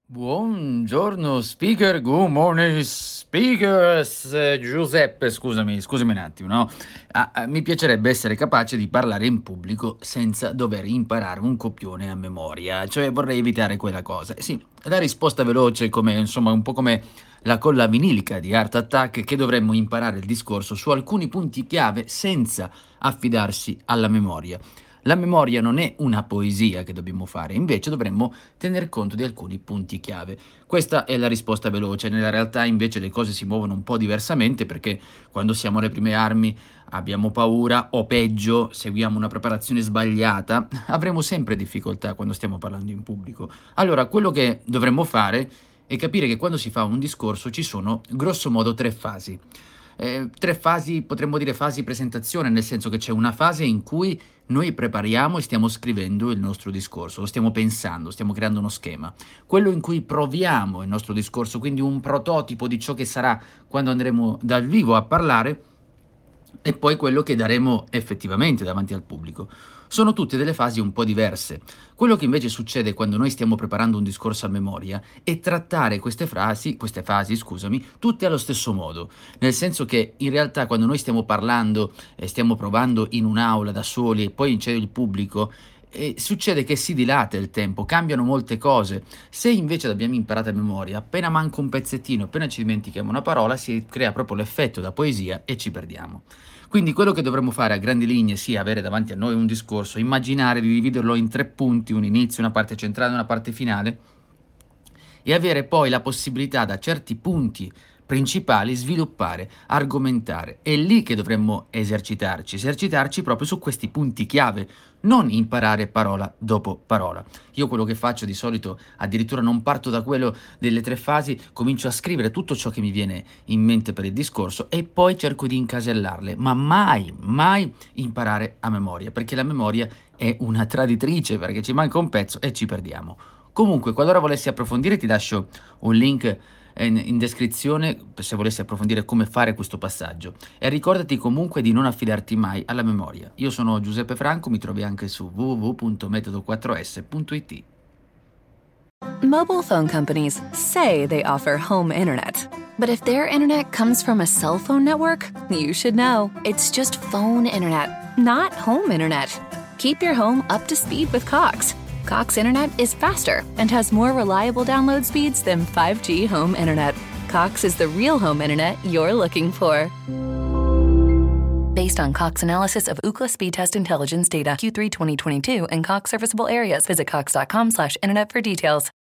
Buongiorno speaker, good morning speakers. Giuseppe, scusami un attimo, no, mi piacerebbe essere capace di parlare in pubblico senza dover imparare un copione a memoria, cioè vorrei evitare quella cosa. Sì, la risposta veloce come insomma, un po' come la colla vinilica di Art Attack, che dovremmo imparare il discorso su alcuni punti chiave senza affidarsi alla memoria. La memoria non è una poesia che dobbiamo fare, invece dovremmo tener conto di alcuni punti chiave. Questa è la risposta veloce. Nella realtà invece le cose si muovono un po' diversamente, perché quando siamo alle prime armi abbiamo paura o peggio seguiamo una preparazione sbagliata, avremo sempre difficoltà quando stiamo parlando in pubblico. Allora, quello che dovremmo fare è capire che quando si fa un discorso ci sono grosso modo tre fasi. Tre fasi, potremmo dire fasi presentazione, nel senso che c'è una fase in cui noi prepariamo e stiamo scrivendo il nostro discorso, lo stiamo pensando, stiamo creando uno schema. Quello in cui proviamo il nostro discorso, quindi un prototipo di ciò che sarà quando andremo dal vivo a parlare, e poi quello che daremo effettivamente davanti al pubblico. Sono tutte delle fasi un po' diverse. Quello che invece succede quando noi stiamo preparando un discorso a memoria è trattare queste fasi, scusami, tutte allo stesso modo. Nel senso che in realtà quando noi stiamo parlando e stiamo provando in un'aula da soli e poi c'è il pubblico, succede che si dilata il tempo, cambiano molte cose. Se invece l'abbiamo imparata a memoria, appena manca un pezzettino, appena ci dimentichiamo una parola, si crea proprio l'effetto da poesia e ci perdiamo. Quindi quello che dovremmo fare a grandi linee sia avere davanti a noi un discorso, immaginare di dividerlo in tre punti, un inizio, una parte centrale e una parte finale, e avere poi la possibilità da certi punti principali sviluppare, argomentare. È lì che dovremmo esercitarci proprio su questi punti chiave, non imparare parola dopo parola. Io quello che faccio di solito, addirittura non parto da quello delle tre fasi, comincio a scrivere tutto ciò che mi viene in mente per il discorso e poi cerco di incasellarle, ma mai imparare a memoria, perché la memoria è una traditrice, perché ci manca un pezzo e ci perdiamo. Comunque, qualora volessi approfondire, ti lascio un link in descrizione se volessi approfondire come fare questo passaggio. E ricordati comunque di non affidarti mai alla memoria. Io sono Giuseppe Franco, mi trovi anche su www.metodo4s.it. Mobile phone companies say they offer home internet. But if their internet comes from a cell phone network, you should know. It's just phone internet, not home internet. Keep your home up to speed with Cox. Cox Internet is faster and has more reliable download speeds than 5G home internet. Cox is the real home internet you're looking for. Based on Cox analysis of Ookla speed test intelligence data Q3 2022 and Cox serviceable areas, visit cox.com/internet for details.